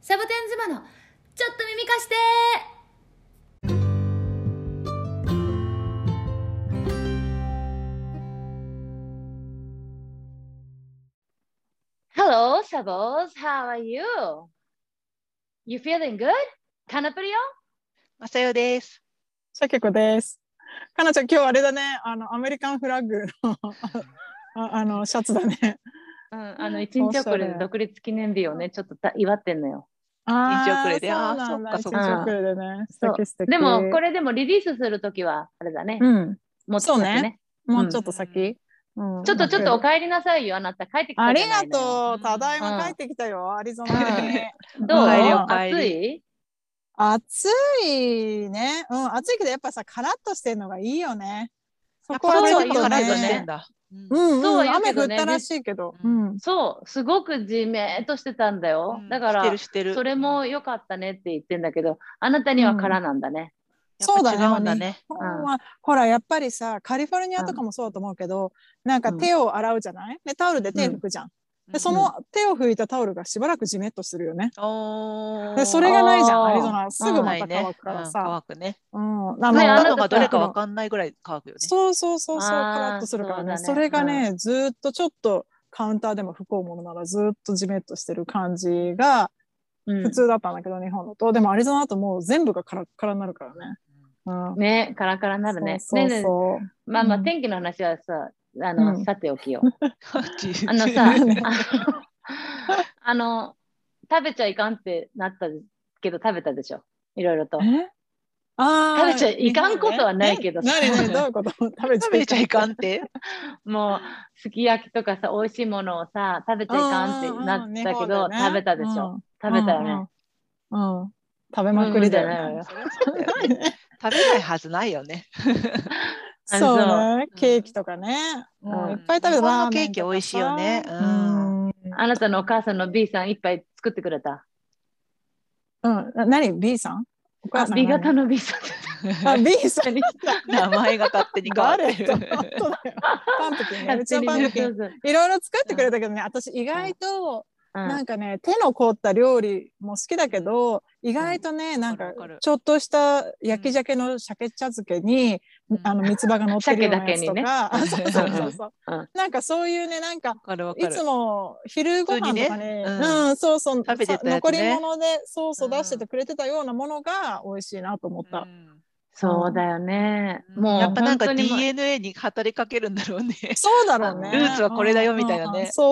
サボテン妻のちょっと耳貸して。Hello, Sabos. How are you? You feeling good? カナプリよ。 まさよです。 シャケコです。かなちゃん、今日あれだね、アメリカンフラッグのシャツだね。 一日遅れで独立記念日をね、ちょっと祝ってんのよ。 一日遅れで、 そうなんだ、一日遅れでね。素敵素敵。 でも、これでもリリースするときは、あれだね。もうちょっとね。 もうちょっと先。 ちょっとお帰りなさいよ、あなた。帰ってきたじゃないのよ。 ありがとう。ただいま帰ってきたよ、アリゾナに。 どう？ 暑い？ 暑いね。暑いけどやっぱさ、カラッとしてるのがいいよね。 そこはちょっとカラッとしてんだ。 雨降ったらしいけど。 そう、すごくじめっとしてたんだよ。だから、それも良かったねって言ってんだけど、あなたには空なんだね。 そうだね。ほら、やっぱりさ、カリフォルニアとかもそうだと思うけど、なんか手を洗うじゃない？で、タオルで手拭くじゃん。で、その手を拭いたタオルがしばらくじめっとするよね。で、それがないじゃん、アリゾナ。すぐまた乾くからさ。 乾くね。 あなたどれかわかんないぐらい乾くよね。 そう、カラッとするからね。それがね、ずっとちょっとカウンターでも拭こうものならずっとじめっとしてる感じが普通だったんだけど、日本だと。でもアリゾナだともう全部がカラカラになるからね。 ね、カラカラになるね。まあ天気の話はさ、さておきよ。食べちゃいかんってなったけど食べたでしょ。いろいろと。食べちゃいかんことはないけどさ。 どういうこと？食べちゃいかんって？ もうすき焼きとかさ、美味しいものをさ、食べちゃいかんってなったけど、食べたでしょ。食べたよね。 食べまくりだよね。 食べないはずないよね。 そうね、ケーキとかね。いっぱい食べた。 日本のケーキ美味しいよね。 あなたのお母さんの B さん一杯作ってくれた。 何 B さん？お母さん B 型の B さん。B さん。 名前が勝手に変わってる。 パンプキンね。うちのパンプキン。いろいろ作ってくれたけどね、私意外と、なんかね、手の凝った料理も好きだけど、意外とね、なんかちょっとした焼き鮭の鮭茶漬けに三つ葉が乗ってるようなやつとか、そうなんかそういうね、なんかいつも昼ご飯とかね、残り物でソースを出しててくれてたようなものが美味しいなと思った。 そうだよね。 もうやっぱなんか DNA に働きかけるんだろうね。 そうだろうね。 ルーツはこれだよみたいなね。 そう。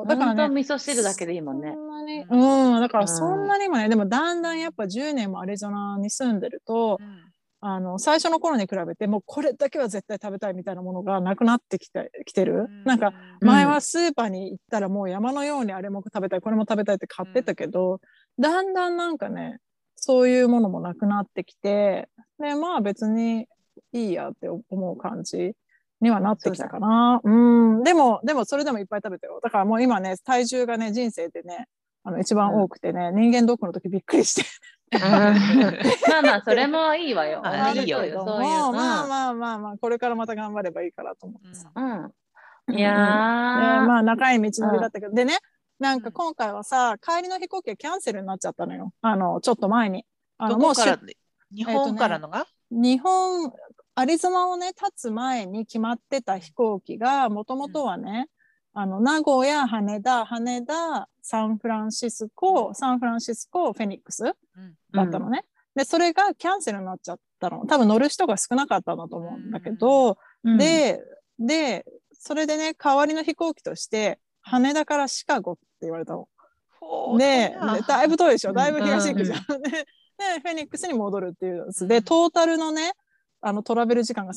だからね、味噌汁だけでいいもんね。 だからそんなにもね、でもだんだんやっぱ10年もアリゾナに住んでると、最初の頃に比べてもうこれだけは絶対食べたいみたいなものがなくなってきてる。なんか前はスーパーに行ったらもう山のようにあれも食べたいこれも食べたいって買ってたけど、だんだんなんかね、そういうものもなくなってきて、でまあ別にいいやって思う感じにはなってきたかな。でもそれでもいっぱい食べてよ。だからもう今ね、体重がね、人生でね、一番多くてね、人間ドックの時びっくりして。 まあそれもいいわよ。 いいよ。 そういう。まあこれからまた頑張ればいいからと思ってさ。 いやー。 まあ長い道のりだったけど、でね、なんか今回はさ、帰りの飛行機がキャンセルになっちゃったのよ。ちょっと前に。 どこから？日本からのが？ アリゾナをね、立つ前に決まってた飛行機が、もともとはね、名古屋、羽田、サンフランシスコ、フェニックスだったのね。で、それがキャンセルになっちゃったの。多分乗る人が少なかったんだと思うんだけど、で、それでね、代わりの飛行機として、羽田からシカゴって言われたの。で、だいぶ遠いでしょ。だいぶ東行くじゃん。で、フェニックスに戻るっていうやつで、トータルのね、トラベル時間が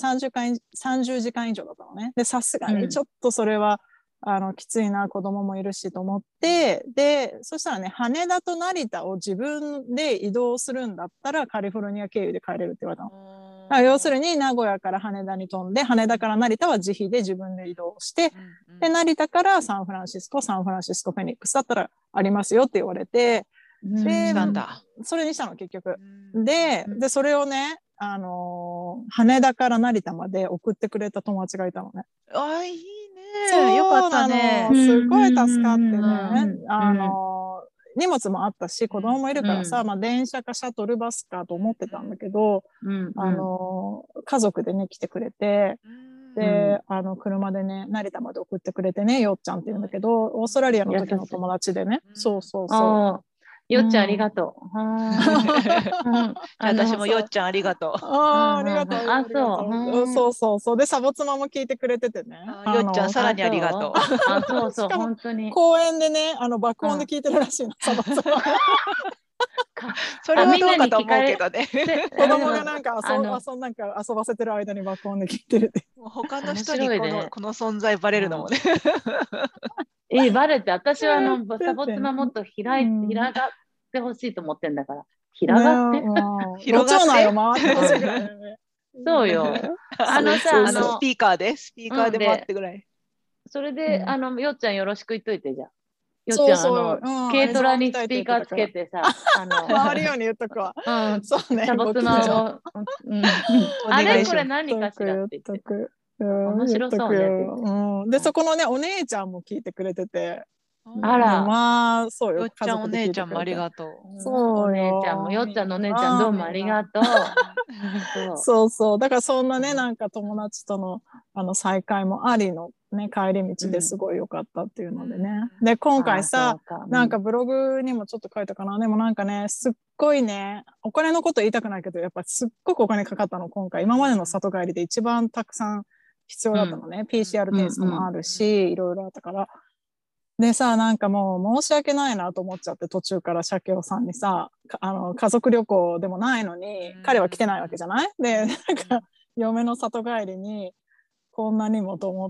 30時間以上だったのね。で、さすがにちょっとそれは、きついな、子供もいるしと思って、で、そしたらね、羽田と成田を自分で移動するんだったら、カリフォルニア経由で帰れるって言われたの。だから要するに、名古屋から羽田に飛んで、羽田から成田は自費で自分で移動して、で、成田からサンフランシスコ、フェニックスだったらありますよって言われて、で、それにしたの、結局。で、それをね、羽田から成田まで送ってくれた友達がいたのね。 いいね。よかったね。 すごい助かってね。 荷物もあったし子供もいるからさ、まあ、電車かシャトルバスかと思ってたんだけど、家族でね来てくれて、で車でね成田まで送ってくれてね、よっちゃんって言うんだけど、オーストラリアの時の友達でね。そうそうそう。 よっちゃんありがとう。 私もよっちゃんありがとう。 ありがとう。あ、そうそうそう。で、サボ妻も聞いてくれててね。 よっちゃんさらにありがとう。 あ、そうそう、本当に。 公園でね、爆音で聞いてるらしいの、サボ妻。 それはどうかと思うけどね。 子供がなんか遊ばせてる間に爆音で聞いてるって。 他の人にこの存在バレるのもね。 バレて、私はサボ妻もっと広がってほしいと思ってんだから。広がって。 広がって回ってほしいぐらいね。 そうよ。 スピーカーで回ってぐらい。 それで、よっちゃんよろしく言っといてじゃん。よっちゃん、軽トラにスピーカーつけてさ、 回るように言っとくわ。そうね。 サボ妻を。あれこれ何かしらって言って。面白そうね。 で、そこのね、お姉ちゃんも聞いてくれてて。 あら、 まあ、そうよ。 よっちゃんお姉ちゃんもありがとう。 そう、 お姉ちゃんも、よっちゃんのお姉ちゃんどうもありがとう。 そうそう。だからそんなね、なんか友達との再会もありのね、帰り道ですごい良かったっていうのでね。で、今回さ、なんかブログにもちょっと書いたかな。でもなんかね、すっごいね、お金のこと言いたくないけど、やっぱすっごくお金かかったの、今回。今までの里帰りで一番たくさん必要だったのね。PCR テストもあるし、いろいろあったから。でさ、なんかもう申し訳ないなと思っちゃって、途中から社協さんにさ、家族旅行でもないのに、彼は来てないわけじゃない？で、なんか嫁の里帰りにこんなにもと思って、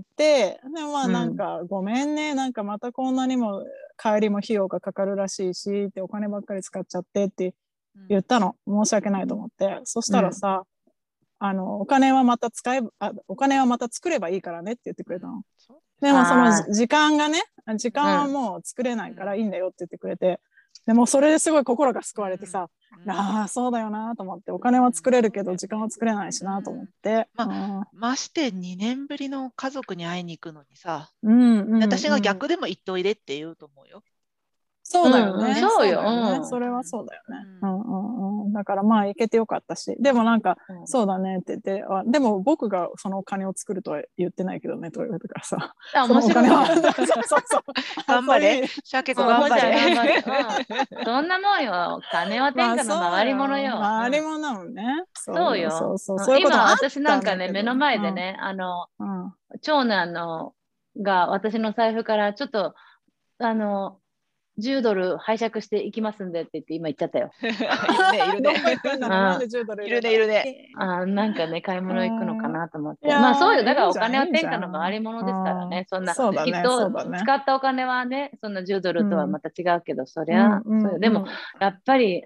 でまあなんか、ごめんね、なんかまたこんなにも帰りも費用がかかるらしいしって、お金ばっかり使っちゃってって言ったの。申し訳ないと思って。そしたらさ、お金はまた作ればいいからねって言ってくれたの。でもその時間はもう作れないからいいんだよって言ってくれて、でもそれですごい心が救われてさ、ああそうだよなと思って、お金は作れるけど時間は作れないしなと思って、 まして2年ぶりの家族に会いに行くのにさ、私が逆でも行っておいでって言うと思うよ。 そうだよね。 そうよ。 それはそうだよね。だからまあ行けてよかったし、でもなんか、そうだねって言って、でも僕がそのお金を作るとは言ってないけどねと言われたからさ。 面白い。 そう頑張れ。シャケ子頑張れ。 そんなもんよ。金は天下の回り物よ。 回り物なのね。 そうよ。今私なんかね、目の前でね、長男が私の財布からちょっと10ドル拝借していきますんでって言って今言っちゃったよ。 いるね。いるね。 なんかね、買い物行くのかなと思って。まあそうよ。だからお金は天下の回り物ですからね。そんな、きっと使ったお金はね、そんな10ドルとはまた違うけど、そりゃ、でもやっぱり、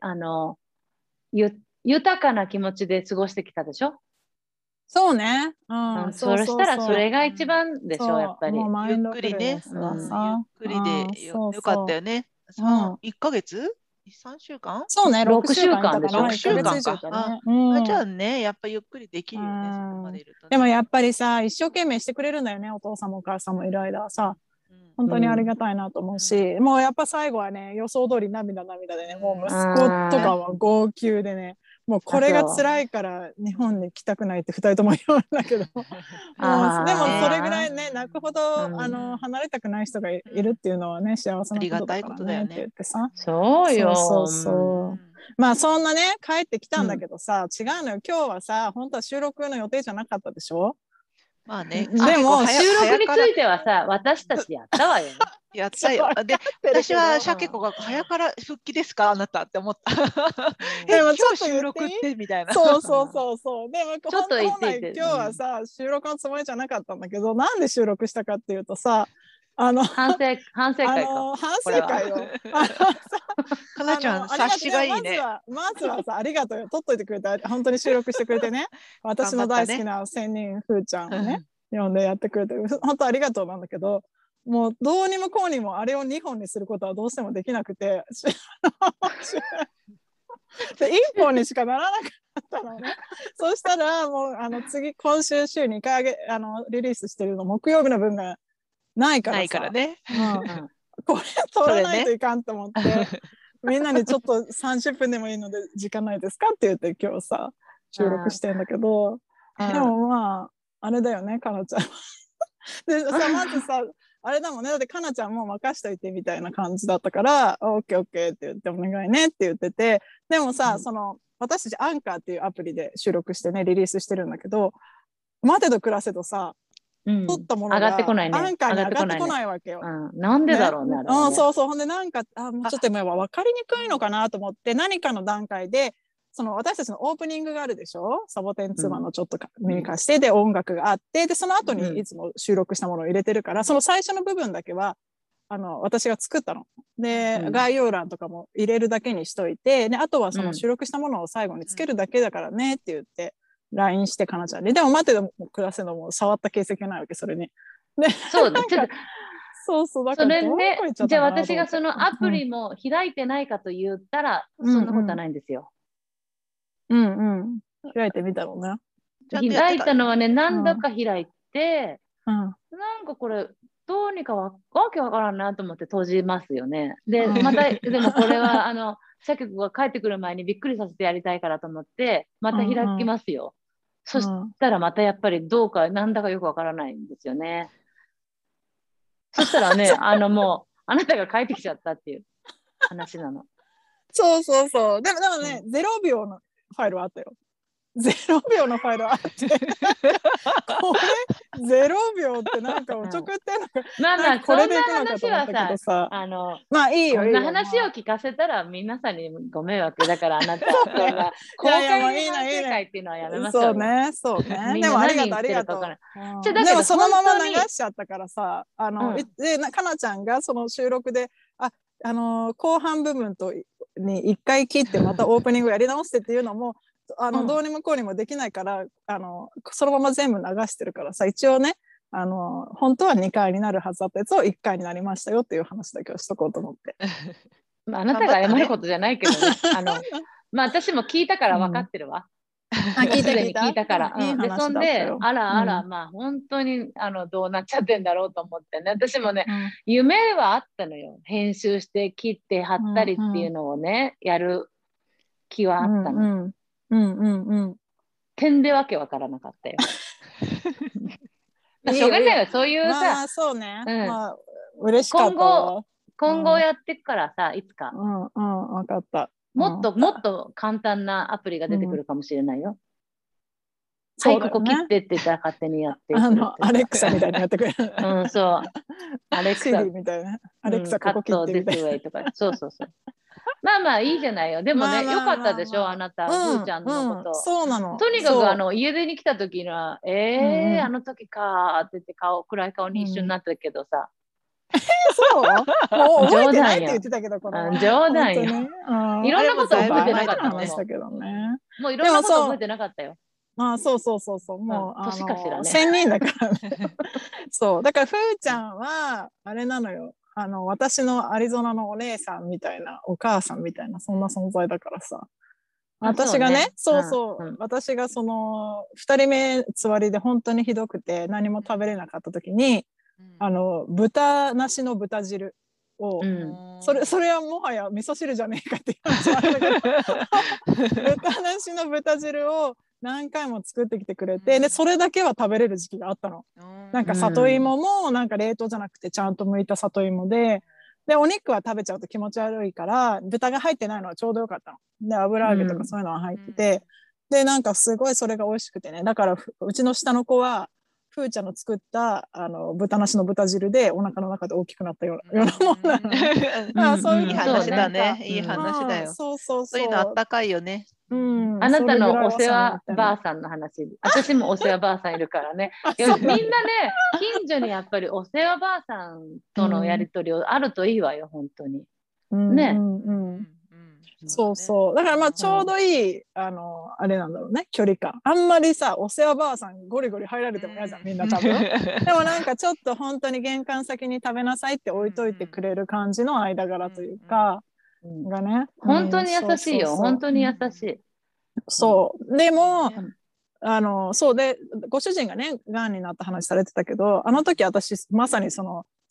豊かな気持ちで過ごしてきたでしょ。 そうね。 そしたらそれが一番でしょ、やっぱり。 ゆっくりね。ゆっくりでよかったよね。1ヶ月 ?3 週間？ そうね、6週間でしょ。 6週間か。じゃあね、やっぱゆっくりできるよね、そこまでいると。 でもやっぱりさ、一生懸命してくれるんだよね、お父さんもお母さんもいる間はさ。本当にありがたいなと思うし、もうやっぱ最後はね、予想通り涙でね、もう息子とかは号泣でね、もうこれが辛いから日本に来たくないって2人とも言うんだけど、でもそれぐらいね、泣くほど離れたくない人がいるっていうのはね、幸せなことだからねって言ってさ。 そうよ。 そう。まあそんなね、帰ってきたんだけどさ、違うのよ。今日はさ、本当は収録の予定じゃなかったでしょ？ まあね、 でも収録についてはさ、私たちやったわよ。 やったよ。で、私はシャケ子が早から復帰ですかあなたって思った。でもちょっと収録ってみたいな。 そう。でもちょっと今日はさ、収録のつもりじゃなかったんだけど、なんで収録したかっていうとさ、 反省会か。 反省会よ。 かなちゃん、察しがいいね。 まずはさ、ありがとうよ。撮っといてくれて、本当に収録してくれてね。私の大好きな仙人ふーちゃんをね、呼んでやってくれて、本当ありがとうなんだけど、もうどうにもこうにもあれを2本にすることはどうしてもできなくて、1本にしかならなかったのね。そしたらもう今週週2回リリースしてるの木曜日の分がないからさ。 ないからね。 これ撮らないといかんと思って、みんなにちょっと30分でもいいので時間ないですかって言って今日さ収録してんだけど、でもまああれだよね、かなちゃんでさ、まずさあれだもんね、だってかなちゃんも任しといてみたいな感じだったから、オッケーオッケーって言ってお願いねって言ってて、でもさ、その私たちアンカーっていうアプリで収録してねリリースしてるんだけど、待てど暮らせどさ、撮ったものが上がってこないね。 アンカーに上がってこないわけよ。 なんでだろうね。 そうそう。ほんでなんかもうちょっと今分かりにくいのかなと思って、何かの段階でその私たちのオープニングがあるでしょ、サボテン妻のちょっと耳貸して、で音楽があって、でその後にいつも収録したものを入れてるから、その最初の部分だけは私が作ったので、概要欄とかも入れるだけにしといて、であとはその収録したものを最後につけるだけだからねって言って LINE してかなちゃんに、でも待ってど暮らせのも触った形跡がないわけ、それに。でそうだ、ちょっとそうそう、だからそれね、じゃあ私がそのアプリも開いてないかと言ったら、そんなことはないんですよ。 開いてみたのね。 開いたのはね、何度か開いて、なんかこれどうにかわけわからんなと思って閉じますよね。で、また、でもこれはシャケ子が帰ってくる前にびっくりさせてやりたいからと思って、また開きますよ。そしたらまたやっぱりどうか、なんだかよくわからないんですよね。そしたらね、もう、あなたが帰ってきちゃったっていう話なの。 そうそうそう。でもね、0秒のファイルはあったよ。0秒のファイルあってこれ0秒ってなんかおちょくってんのか、 まあまあこれでいくのかと思ったけどさ、まあいいよ、 こんな話を聞かせたら皆さんにご迷惑だから、あなた公開の反省会っていうのはやめましょうよ。 そうねでもありがとうありがとう。でもそのまま流しちゃったからさ、でかなちゃんがその収録で後半部分とに1回切ってまたオープニングやり直してっていうのもどうにもこうにもできないからそのまま全部流してるからさ、一応ね本当は2回になるはずだったやつを1回になりましたよっていう話だけをしとこうと思って。 あなたが謝ることじゃないけどねまあ私も聞いたから分かってるわ。聞いたから。でそんであらまあ本当にどうなっちゃってんだろうと思ってね、私もね、夢はあったのよ。編集して切って貼ったりっていうのをね、やる気はあったの。点でわけわからなかったよ。しょうがないよ、そういうさ。 まあそうね。まあ嬉しかったわ。 今後やっていくからさ、いつか。 分かった。 もっと簡単なアプリが出てくるかもしれないよ。はい、ここ切ってって言ったら勝手にやってアレクサみたいにやってくれる。 そう。アレクサみたいな。アレクサここ切ってみたいな。 そう。まあまあいいじゃないよ。でもね、よかったでしょ、あなた、ふーちゃんのこと。 そうなの。 とにかく家出に来た時には、あの時かって言って暗い顔に一瞬なったけどさ。 そうもう覚えてないって言ってたけど、 冗談よ。いろんなこと覚えてなかったもういろんなこと覚えてなかったよ。 まあそうもう年かしらね。 仙人だからね。そうだからふーちゃんはあれなのよ。私のアリゾナのお姉さんみたいな、お母さんみたいな、そんな存在だからさ。私がね、私がその2人目つわりで本当にひどくて何も食べれなかった時に、豚なしの豚汁を、それはもはや味噌汁じゃねえかっていう話なんだけど豚なしの豚汁を何回も作ってきてくれて、でそれだけは食べれる時期があったの。なんか里芋もなんか冷凍じゃなくてちゃんと剥いた里芋で、お肉は食べちゃうと気持ち悪いから豚が入ってないのはちょうどよかったので、油揚げとかそういうのは入ってて、でなんかすごいそれが美味しくてね、だからうちの下の子はふーちゃんの作った豚なしの豚汁でお腹の中で大きくなったようなもんなの。 そういう話だね。いい話だよ。そういうのあったかいよね。 あなたのお世話ばあさんの話、私もお世話ばあさんいるからね。みんなね、近所にやっぱりお世話ばあさんとのやりとりあるといいわよ、本当に。ね。 そうだからまあちょうどいいあれなんだろうね、距離感。あんまりさお世話ばあさんゴリゴリ入られても嫌じゃん、みんな多分。でもなんかちょっと本当に玄関先に食べなさいって置いといてくれる感じの間柄というかがね、 本当に優しいよ、本当に優しい。 そうでもそうでご主人がねがんになった話されてたけど、あの時私まさにその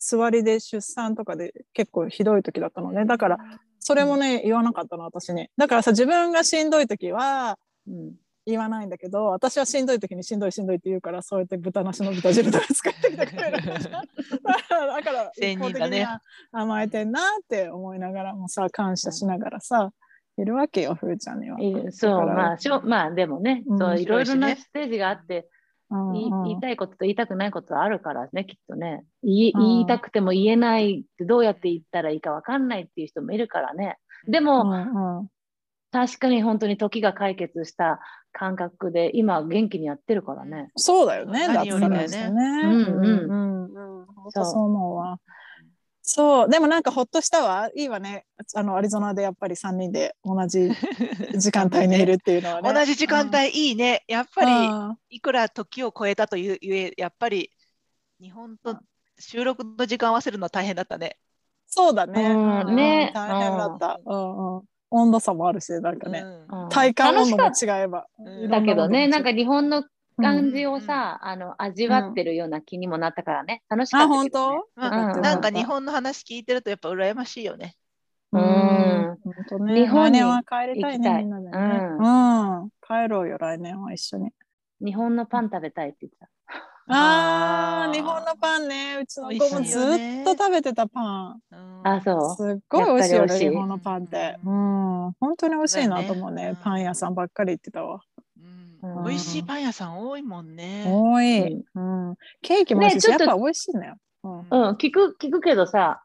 座りで出産とかで結構ひどい時だったのね。だからそれもね、言わなかったの、私に。だからさ、自分がしんどい時は言わないんだけど、私はしんどい時にしんどいって言うから、そうやって豚なしの豚汁とか作ってきてくれるだから一方的に甘えてんなって思いながらもさ、感謝しながらさ、いるわけよ、ふーちゃんには。 そう、まあでもね、そういろいろなステージがあって、言いたいことと言いたくないことはあるからね、きっとね。言いたくても言えないって、どうやって言ったらいいか分かんないっていう人もいるからね。でも、確かに本当に時が解決した感覚で、今元気にやってるからね。 そうだよね、だったらね。本当そう思うわ。そう、でもなんかほっとしたわ。いいわね。アリゾナでやっぱり3人で同じ時間帯にいるっていうのはね。 同じ時間帯いいね。やっぱりいくら時を超えたというえ、やっぱり日本と収録の時間合わせるのは大変だったね。 そうだね。大変だった。温度差もあるし、なんかね。体感温度も違えば。 だけどね、なんか日本の感じをさ、味わってるような気にもなったからね、楽しかったけどね。 なんか日本の話聞いてるとやっぱ羨ましいよね。 本当ね。来年は帰りたいね、みんなでね。帰ろうよ、来年は一緒に。 日本のパン食べたいって言ってた。 日本のパンね。うちの子もずっと食べてたパン。 そう。 すっごい美味しいよね、日本のパンって。本当に美味しいなと思うね。パン屋さんばっかり行ってたわ。 美味しいパン屋さん多いもんね。 多い。ケーキも美味しいし、やっぱ美味しいんだよ。 聞くけどさ、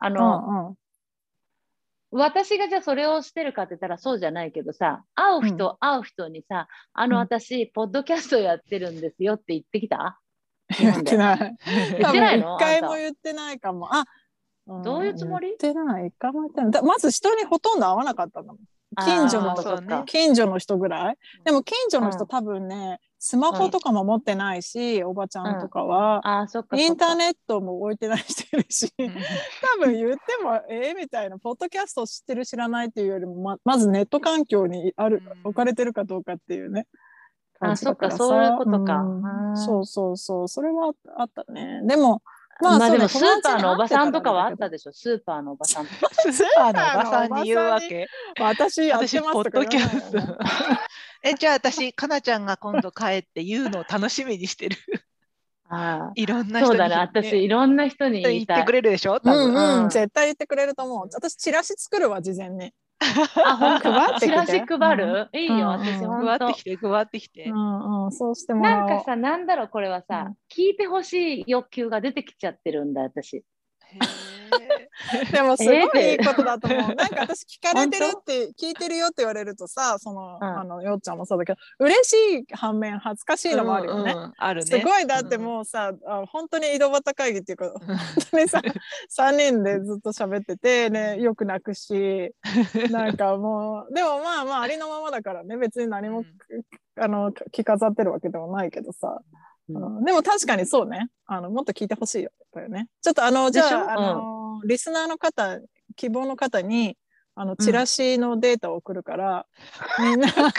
私がじゃあそれをしてるかって言ったらそうじゃないけどさ、会う人にさ、私、ポッドキャストやってるんですよって言ってきた？ 言ってない。 言ってないの？ 一回も言ってないかも。 どういうつもり？ 言ってない。一回も言ってない。まず人にほとんど会わなかったんだもん。近所の人ぐらい。でも近所の人多分ね、スマホとかも持ってないし、おばちゃんとかは、インターネットも置いてない人いるし、多分言ってもみたいな、ポッドキャストを知ってる知らないっていうよりも、まずネット環境に置かれてるかどうかっていうね。 そっか、そういうことか。 そう、それはあったね。でも、 でもスーパーのおばさんとかはあったでしょ、スーパーのおばさんとか。 スーパーのおばさんに言うわけ？ 私やってますポッドキャスト。じゃあ私、かなちゃんが今度帰って言うのを楽しみにしてる。いろんな人に。 そうだね、私いろんな人に言ってくれるでしょ、多分。絶対言ってくれると思う。私、チラシ作るわ、事前に。 チラシ配る？いいよ、私配ってきて。 そうしてもらおう。 なんかさ、なんだろう、これはさ、聞いてほしい欲求が出てきちゃってるんだ、私。 でもすごいいいことだと思う。なんか私聞かれてるって聞いてるよって言われるとさ、よっちゃんもそうだけど、嬉しい反面恥ずかしいのもあるよね。 あるね。 すごい、だってもうさ、本当に井戸端会議っていうか、本当にさ、3人でずっと喋っててね、よく泣くし、なんかもうでもまあありのままだからね、別に何も着飾ってるわけでもないけどさ。でも確かにそうね。もっと聞いてほしいよ。ね、ちょっとじゃあ、リスナーの方、希望の方に、チラシのデータを送るから、みんな、近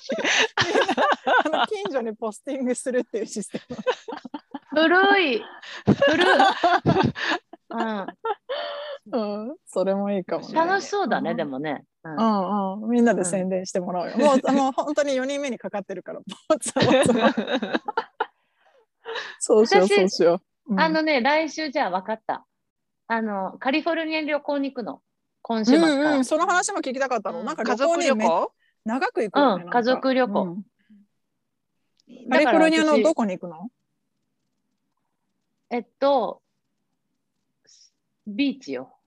所にポスティングするっていうシステム。 古い。 それもいいかもね。 楽しそうだね、でもね。 みんなで宣伝してもらうよ。もう本当に4人目にかかってるから。そうしよう。 来週じゃあ分かった。カリフォルニア旅行に行くの。今週末から。 その話も聞きたかったの。なんか家族旅行？ 長く行くよね。 家族旅行。 カリフォルニアのどこに行くの？ ビーチよ。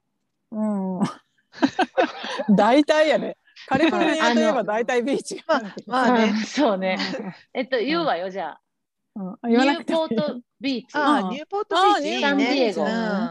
大体やね。カリフォルニアといえば大体ビーチ。 まあね。 そうね。言うわよ、じゃあ。ニューポートビーチ。 ニューポートビーチ。 サンディエゴ。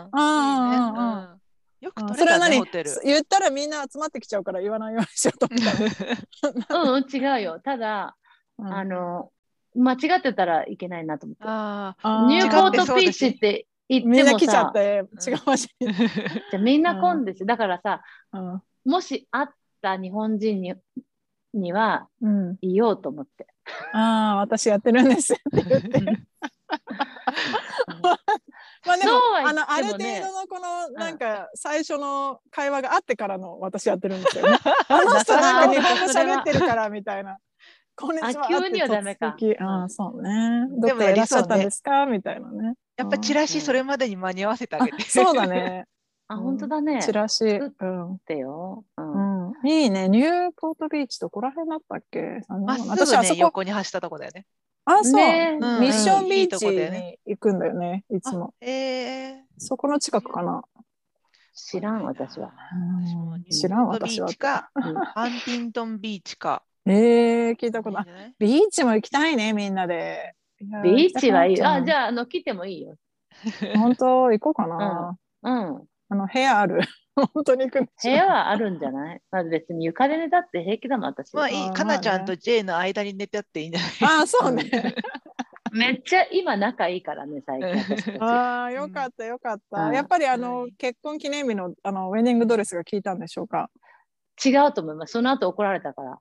よく取れたね、ホテル。 言ったらみんな集まってきちゃうから言わないようにしようと思った。 違うよ。ただ、間違ってたらいけないなと思って。ニューポートビーチって言ってもさ、 みんな来ちゃって、違う場所に。 じゃみんな混んでし、だからさ、もし会った日本人には言おうと思って。 私やってるんですって言って。 まあでも、 そうはある言ってもね程度のこのなんか最初の会話があってからの私やってるんですよね。あの人なんか日本語喋ってるからみたいな。こんにちは急にはダメか。 ああ、そうね。どでもやっかいらっしゃりそうね。 ったんですかみたいなね。 やっぱチラシそれまでに間に合わせてあげて。 そうだね。 あ、本当だね。 チラシ。 作ってよ。 いいね。ニューポートビーチどこら辺だったっけ？ まっすぐね、横に走ったとこだよね。 あ、そう。 ね、 ミッションビーチに行くんだよね、いつも。そこの近くかな。 知らん、私は。 知らん、私は。 ハンティントンビーチか。 聞いたことない。ビーチも行きたいね、みんなで。 ビーチはいい。あ、じゃあ、来てもいいよ。 本当、行こうかな。部屋ある。本当に行くんで部屋はあるんじゃない？まあ、別に床で寝たって平気だもん、私。 まあいい。かなちゃんと J の間に寝てっていいんじゃない？ あ、そうね。 めっちゃ今仲いいからね、最近。 ああ、よかった、よかった。やっぱり結婚記念日のウェディングドレスが効いたんでしょうか？ 違うと思います。その後怒られたから。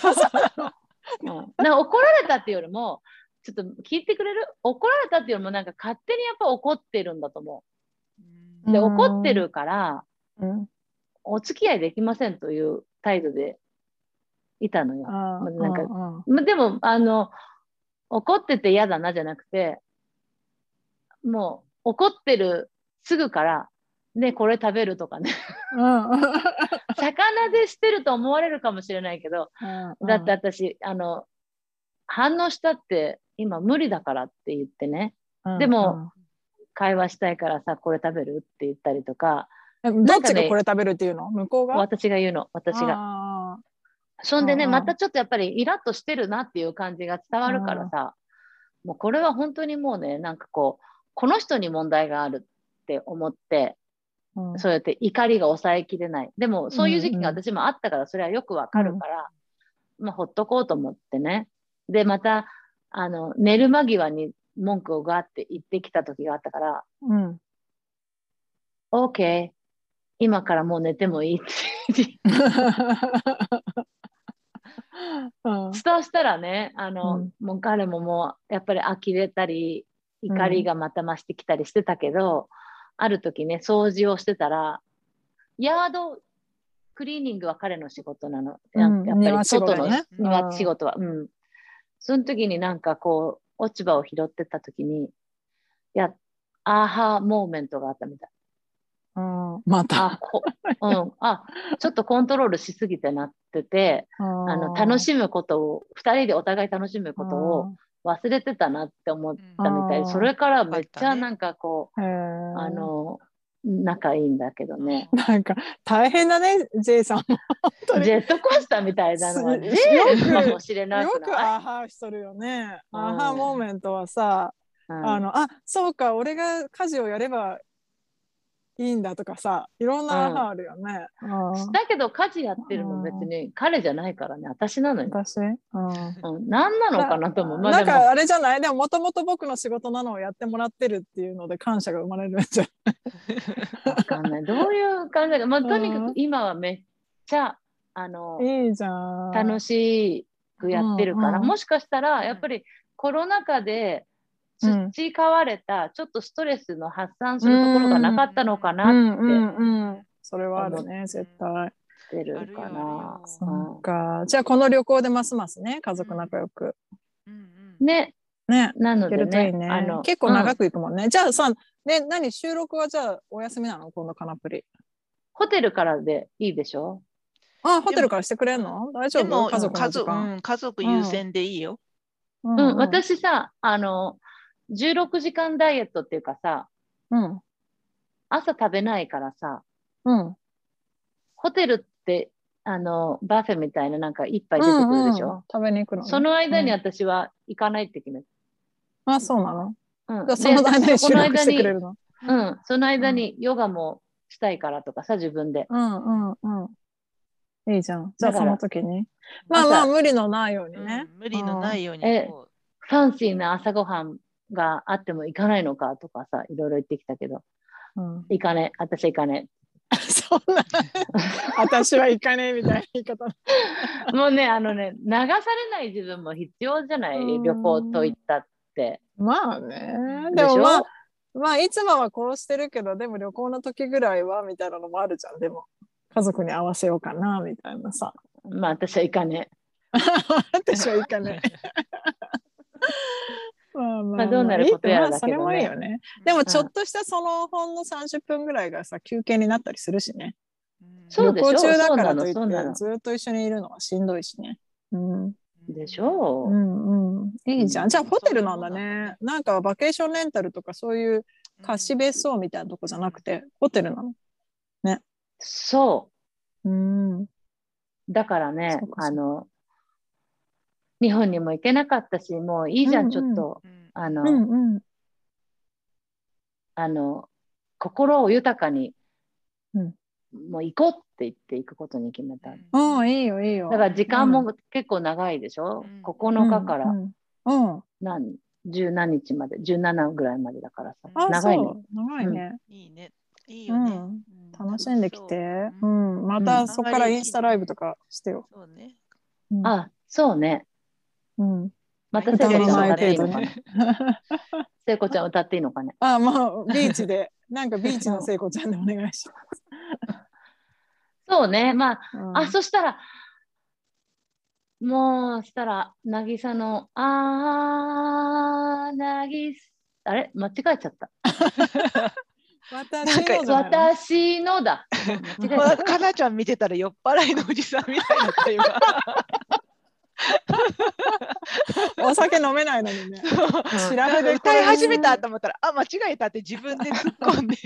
なんか怒られたっていうよりも、ちょっと聞いてくれる？怒られたっていうよりも、なんか勝手にやっぱ怒ってるんだと思う。で、怒ってるから、お付き合いできませんという態度でいたのよ。なんかでも、怒ってて嫌だなじゃなくて、もう怒ってるすぐから、ね、これ食べるとかね。魚でしてると思われるかもしれないけど、だって私、反応したって今無理だからって言ってね。でも、会話したいからさ、これ食べるって言ったりとか。 どっちがこれ食べるっていうの？向こうが？ 私が言うの、私が。そんでね、またちょっとやっぱりイラッとしてるなっていう感じが伝わるからさ、もうこれは本当にもうね、なんかこの人に問題があるって思って、そうやって怒りが抑えきれない。でもそういう時期が私もあったから、それはよくわかるから、まあほっとこうと思ってね。で、また、寝る間際に文句をガーって言ってきた時があったから、OK、今からもう寝てもいいって。そうしたらね、もう彼ももうやっぱり呆れたり、怒りがまた増してきたりしてたけど、ある時ね、掃除をしてたら、ヤードクリーニングは彼の仕事なの。やっぱり外の庭仕事は。その時になんかこう、落ち葉を拾ってた時に、アーハーモーメントがあったみたい。 また。 ちょっとコントロールしすぎてなってて、楽しむことを、2人でお互い楽しむことを忘れてたなって思ったみたい。それからめっちゃなんかこう、仲いいんだけどね。 なんか大変だね、J さんも。 ジェットコースターみたいなのは J かもしれない。 よくアーハーしとるよね。アーハーモーメントはさ、そうか、俺が家事をやればいいんだとかさ、いろんなアーハーあるよね。 だけど家事やってるの別に彼じゃないからね、私なのよ。 私？ 何なのかなと思う。 なんかあれじゃない？でももともと僕の仕事なのをやってもらってるっていうので感謝が生まれるんじゃない？ わかんない。どういう感じか、とにかく今はめっちゃいいじゃん、 楽しくやってるから、もしかしたらやっぱりコロナ禍で培われたちょっとストレスの発散するところがなかったのかなって。 それはあるね、絶対。 してるかな。 そうか。じゃあこの旅行でますますね、家族仲良く。 ね。なのでね、 結構長く行くもんね。じゃあさ、何収録はじゃあお休みなの？今度カナプリ。 ホテルからでいいでしょ？ ホテルからしてくれんの？大丈夫？ 家族優先でいいよ。 私さ、16時間ダイエットっていうかさ、朝食べないからさ、ホテルってバフェみたいななんか一杯出てくるでしょ？ 食べに行くのね。 その間に私は行かないって決めた。 そうなの？その間に収録してくれるの？ その間にヨガもしたいからとかさ、自分で。 いいじゃん。じゃあその時に。まあ無理のないようにね。 無理のないように。 ファンシーな朝ごはんがあっても行かないのかとかさ、いろいろ言ってきたけど、行かねえ、私は行かねえ。そんな、私は行かねえみたいな言い方。 もうね、流されない自分も必要じゃない、旅行といったって。 まあね。でもまあ、 まあいつもはこうしてるけど、でも旅行の時ぐらいはみたいなのもあるじゃん。でも家族に合わせようかなみたいなさ。 まあ私は行かねえ。私はいいかね。 まあどうなることやらだそれもいいけどね。 よね。でもちょっとしたそのほんの30分ぐらいがさ、休憩になったりするしね。 そうでしょ。 旅行中だからといってそうなの。 ずっと一緒にいるのはしんどいしね。うん。 でしょう。うんうん。いいじゃん。じゃあホテルなんだね。なんかバケーションレンタルとかそういう貸し別荘みたいなとこじゃなくて、ホテルなのね。 そう。うん。 だからね、日本にも行けなかったし、もういいじゃん、ちょっと、心を豊かに、もう行こうって言って行くことに決めた。 いいよ、いいよ。 だから時間も結構長いでしょ、?9 日から、十何日まで、17ぐらいまでだからさ。長いね。 長いね。 いいね。いいよね。 楽しんできて。またそこからインスタライブとかしてよ。 そうね。 あ、そうね。また聖子ちゃん歌っていいのかな。聖子ちゃん歌っていいのかね。 まあビーチで、なんかビーチの聖子ちゃんでお願いします。 そうね。まあ、そしたら、もう、したら、渚の、あれ間違えちゃった。私のだ。 かなちゃん見てたら酔っ払いのおじさんみたいだった今。 お酒飲めないのにね。 調べで歌い始めたと思ったら、間違えたって自分で突っ込んで。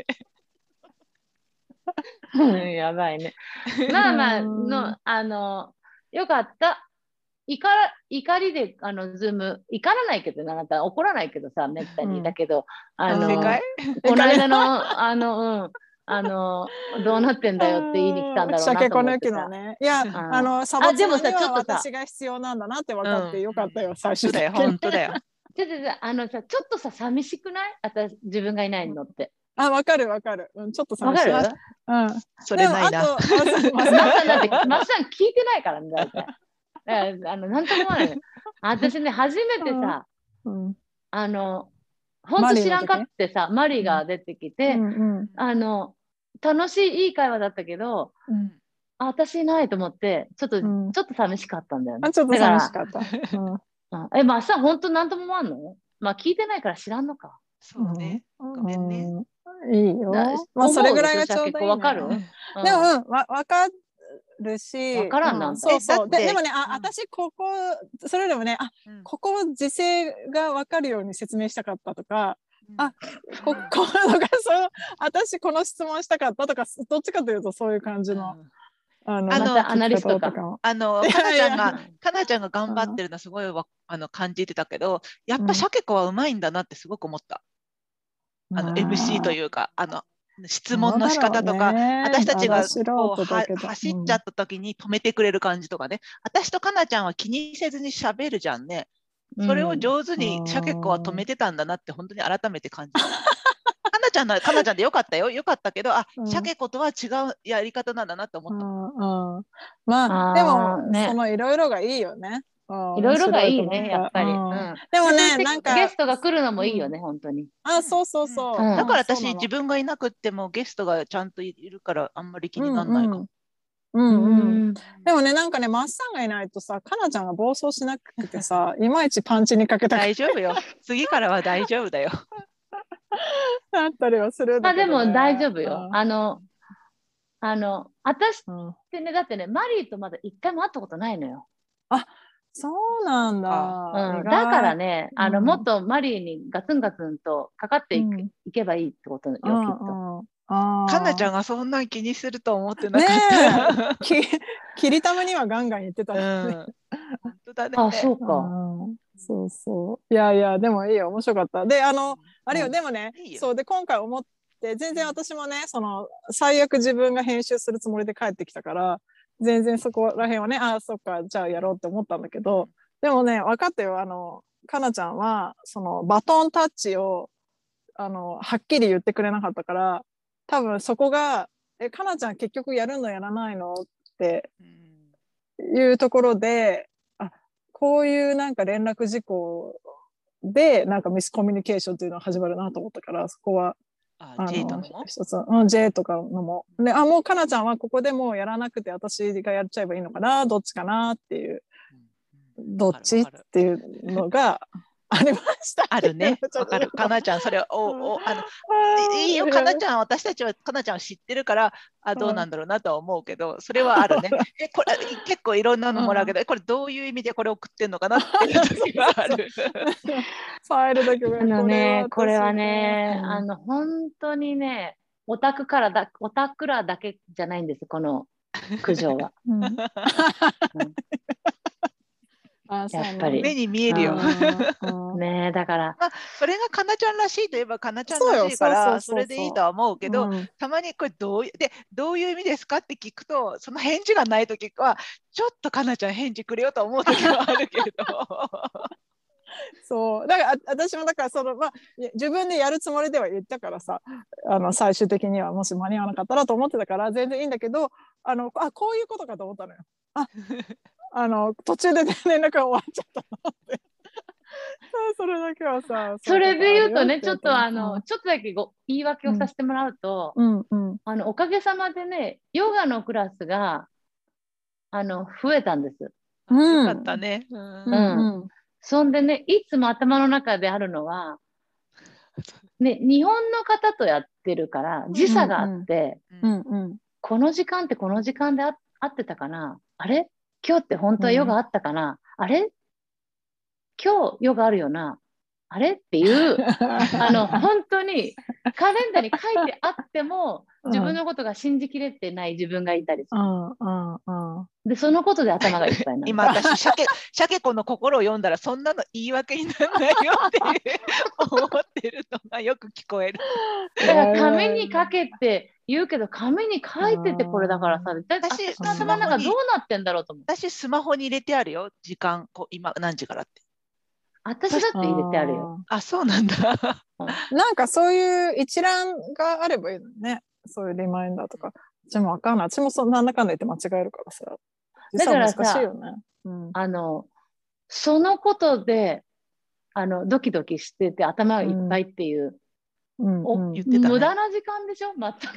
やばいね。まあまあ、よかった。怒りで、ズーム、怒らないけど、あなた怒らないけどさ、めったに。だけど、この間の、どうなってんだよって言いに来たんだろうなと思ってさ。 いや、サボツマには私が必要なんだなって分かってよかったよ、最初だよ、本当だよ。 ちょっとさ、寂しくない？自分がいないのって。 わかる。ちょっと寂しい。 わかる？ それないな。 マッサン聞いてないからね、だって。なんとも思わない。私ね、初めてさ、本当知らんかってさ、マリが出てきて、楽しい、いい会話だったけど、私いないと思って、ちょっと寂しかったんだよね。 ちょっと寂しかった。 マッサン、本当なんとも思わんの？まあ、聞いてないから知らんのか。 そうね。ごめんね。 いいよ。まあ、それぐらいがちょうどいい。 わかる？ でも、わかるし。 わからんなんだ。 そうそう。でもね、私、それでもね、ここ時勢がわかるように説明したかったとか、私この質問したかったとか、どっちかというとそういう感じの。 アナリストとか。 かなちゃんが頑張ってるのはすごい感じてたけど、やっぱシャケ子はうまいんだなってすごく思った。MC というか、質問の仕方とか、私たちが走っちゃった時に止めてくれる感じとかね。私とかなちゃんは気にせずに喋るじゃんね。それを上手にシャケ子は止めてたんだなって本当に改めて感じた。かなちゃんでよかったよ。よかったけど、シャケ子とは違うやり方なんだなって思った。 まあ、でも、そのいろいろがいいよね。 いろいろがいいね、やっぱり。 でもね、なんか。 ゲストが来るのもいいよね、本当に。 そう。 だから私、自分がいなくってもゲストがちゃんといるから、あんまり気にならないかも。 でもね、なんかね、マッサンがいないとさ、かなちゃんが暴走しなくてさ、いまいちパンチにかけたくて。 大丈夫よ。次からは大丈夫だよ。 だったりはするんだけど、ね。 でも大丈夫よ。私ってね、だってね、マリーとまだ一回も会ったことないのよ。 そうなんだ。 だからね、もっとマリーにガツンガツンとかかっていけばいいってことよ、きっと。 かなちゃんがそんなに気にすると思ってなかった。 きりたまにはガンガン言ってたね。 本当だね。 そうか。 そう。いや、でもいいよ、面白かった。で、あれよ、でもね、そうで、今回思って、全然私もね、最悪自分が編集するつもりで帰ってきたから、全然そこら辺はね、そっか、じゃあやろうって思ったんだけど、でもね、分かったよ、かなちゃんは、バトンタッチを、はっきり言ってくれなかったから、多分そこが、かなちゃん結局やるのやらないのっていうところで、こういうなんか連絡事項でなんかミスコミュニケーションっていうのが始まるなと思ったから、そこは J とのも一つ、J とかのもで、もうかなちゃんはここでもうやらなくて私がやっちゃえばいいのかな、どっちかなっていう、どっちっていうのがありましたあるね。わかる。かなちゃん、それいいよ、かなちゃん、私たちはかなちゃんを知ってるから、どうなんだろうなとは思うけど、それはあるね。これ結構いろんなのもらうけど、これどういう意味でこれ送ってんのかなっていう時はある。 ファイルだけどこれはね、本当にね、オタクらだけじゃないんです、この苦情は。やっぱり目に見えるよ。 ね、だからそれがかなちゃんらしいといえばかなちゃんらしいからそれでいいとは思うけど、たまにこれどういう意味ですかって聞くと、その返事がない時はちょっとかなちゃん返事くれよと思う時はあるけどそうだから私もだから自分でやるつもりでは言ったからさ、最終的にはもし間に合わなかったらと思ってたから全然いいんだけど、こういうことかと思ったのよ。途中で連絡が終わっちゃったのってそれだけはさ、 それで言うとね、ちょっとちょっとだけ言い訳をさせてもらうと、おかげさまでね、ヨガのクラスが増えたんです。 よかったね。 そんでね、いつも頭の中であるのは、ね、日本の方とやってるから時差があって、この時間ってこの時間で合ってたかな、あれ今日って本当はヨガあったかな、あれ今日ヨガあるよな、あれっていう本当にカレンダーに書いてあっても自分のことが信じきれてない自分がいたりする。でそのことで頭がいっぱいになる。 今私シャケ子の心を読んだらそんなの言い訳にならないよって思ってるのがよく聞こえる。 だから紙に書けって言うけど、紙に書いててこれだからさ、私の頭の中どうなってんだろうと思って。 私スマホに入れてあるよ、時間今何時からって。 私だって入れてあるよ。 そうなんだ。 なんかそういう一覧があればいいのね。そういうリマインダーとか。私もわかんない。私もなんだかんだ言って間違えるからさ。 だから難しいよね。 そのことでドキドキしてて頭がいっぱいっていう、 言ってたね、 無駄な時間でしょ全く。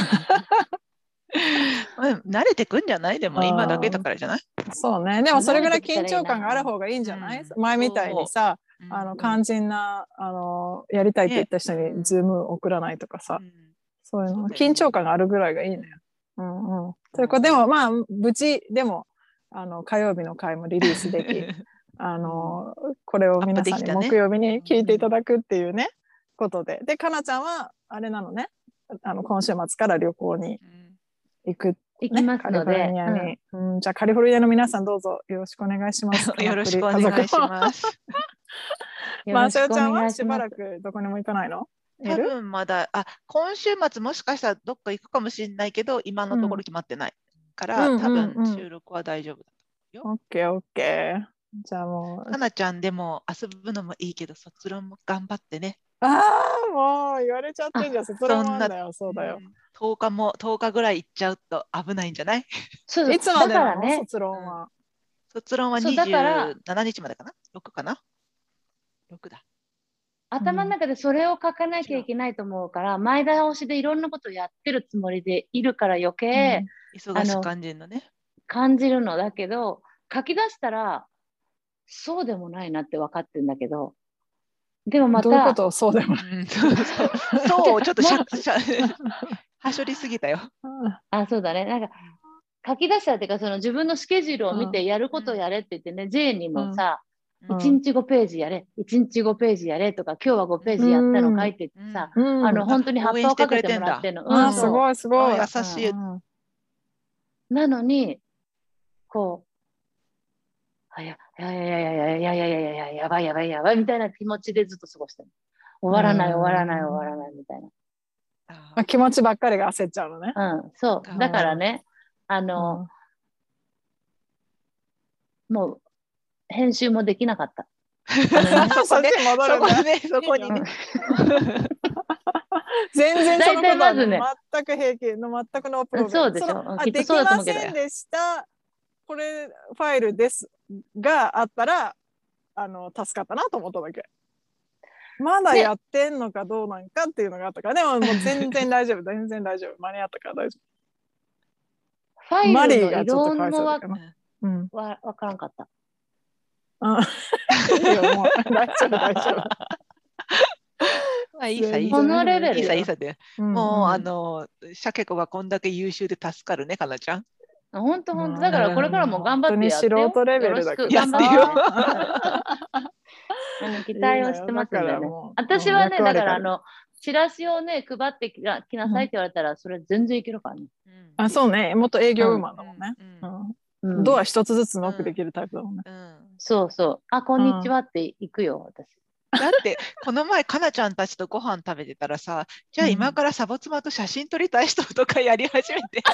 慣れてくんじゃない？でも今だけだからじゃない？ そうね。でもそれぐらい緊張感がある方がいいんじゃない？前みたいにさ、肝心なやりたいって言った人にズーム送らないとかさ、そういうの緊張感があるぐらいがいいのよ。というかでもまあ無事でも火曜日の回もリリースできこれを皆さんに木曜日に聞いていただくっていうねことで、かなちゃんはあれなのね、今週末から旅行に行きますので、 じゃあカリフォルニアの皆さんどうぞよろしくお願いします。 よろしくお願いします。 まさよちゃんはしばらくどこにも行かないの？ 多分まだ今週末もしかしたらどっか行くかもしれないけど今のところ決まってないから、多分収録は大丈夫だよ。 オッケーオッケー。じゃあもうかなちゃんでも遊ぶのもいいけど卒論も頑張ってね。 もう言われちゃってんじゃん。卒論なんだよ。そうだよ。 10日ぐらい行っちゃうと危ないんじゃない？いつまでなの？卒論は。 卒論は27日までかな？ 6 かな？ 6だ。 頭の中でそれを書かなきゃいけないと思うから、前倒しでいろんなことをやってるつもりでいるから余計、 忙しく感じるのね。 感じるのだけど、書き出したらそうでもないなって分かってるんだけど、でもまたどういうこと？そうでもない。 そうちょっとはしょりすぎたよ。 そうだね。なんか書き出したっていうか、その自分のスケジュールを見てやることをやれって言ってね、J にもさ、1日5ページやれ、1日5ページやれとか、今日は5ページやったの書いてってさ、本当に葉っぱをかけてもらってるの。 すごいすごい。 優しい。 なのに、こう、やばいみたいな気持ちでずっと過ごしてる。終わらないみたいな。気持ちばっかりが焦っちゃうのね。 そう。だからね、もう、編集もできなかった。 そこにね。 全然そのことは全く平気の全くノープロブレム。 そうでしょ。 できませんでした。これファイルですがあったら助かったなと思っただけ。 まだやってんのかどうなんかっていうのがあったから、でももう全然大丈夫、全然大丈夫。間に合ったから大丈夫。ファイルの移動もわからんかった。 いいよ、もう大丈夫、大丈夫。 まあいいさ、いいさ、 このレベル。 いいさ、いいさで。もう、シャケ子がこんだけ優秀で助かるね、かなちゃん。 本当本当だからこれからも頑張ってやってよ。 素人レベルだけど。 頑張って。期待をしてますんでね。私はね、だからチラシをね、配ってきなさいって言われたら、それ全然いけるからね。 あ、そうね。もっと営業ウーマンだもんね。ドア一つずつノックできるタイプだもんね。 そうそう。あ、こんにちはって行くよ、私。 だってこの前かなちゃんたちとご飯食べてたらさ、じゃあ今からサボ妻と写真撮りたい人とかやり始めて、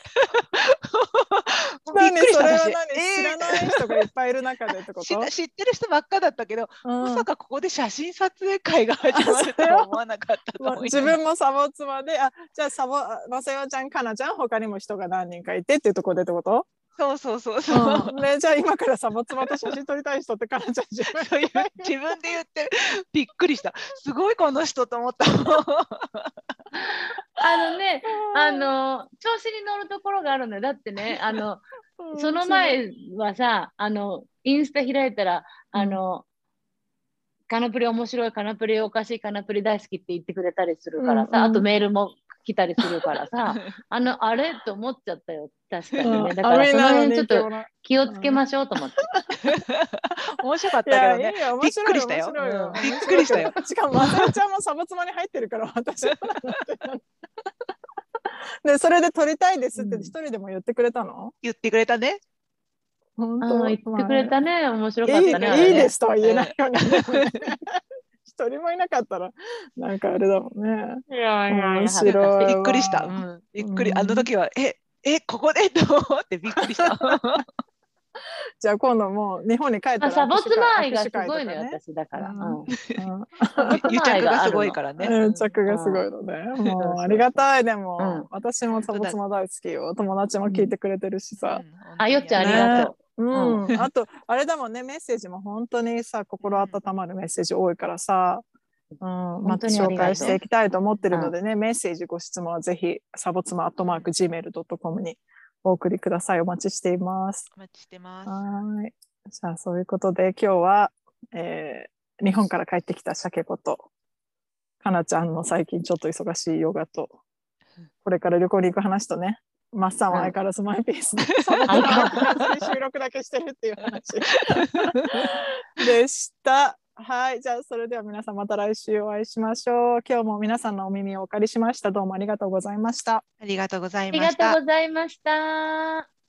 びっくりした。知らない人がいっぱいいる中でってこと？ 知ってる人ばっかだったけど、まさかここで写真撮影会が始まるとは思わなかったと思います。 自分もサボ妻で、じゃあまさよちゃん、かなちゃん、他にも人が何人かいてっていうところでってこと？ そうそうそうそう。 じゃあ今からサボ妻と写真撮りたい人ってかなちゃん自分で言ってびっくりした。すごいこの人と思った。調子に乗るところがあるのよ。だってね、その前はさ、インスタ開いたら、カナプリ面白い、カナプリおかしい、カナプリ大好きって言ってくれたりするからさ、あとメールも来たりするからさ、あれと思っちゃったよ、確かにね。だからその辺ちょっと気をつけましょうと思って。 面白かったけどね。びっくりしたよ。びっくりしたよ。 しかもまさよちゃんもサボ妻に入ってるから私は。でそれで撮りたいですって一人でも言ってくれたの？ 言ってくれたね。 本当言ってくれたね。面白かったね。 いいですとは言えないよね。一人もいなかったらなんかあれだもんね。 いや面白い。 びっくりした。びっくり。あの時はここでと思ってびっくりした。 じゃあ今度もう日本に帰ったらサボ妻愛がすごいのよ、私だから。 癒着がすごいからね。 癒着がすごいので、もうありがたい。でも私もサボ妻大好きよ。友達も聞いてくれてるしさ。 よっちゃんありがとう。 あとあれだもんね、メッセージも本当にさ、心温まるメッセージ多いからさ、また紹介していきたいと思ってるのでね、メッセージご質問はぜひサボ妻@gmail.com にお送りください。お待ちしています。 お待ちしてます。 はい。じゃあそういうことで今日は、日本から帰ってきたシャケ子とかなちゃんの最近ちょっと忙しいヨガとこれから旅行に行く話とね、マッサンは相変わらずマイペースで、収録だけしてるっていう話でした。はい、じゃあそれでは皆さんまた来週お会いしましょう。今日も皆さんのお耳をお借りしました。どうもありがとうございました。 ありがとうございました。 ありがとうございました。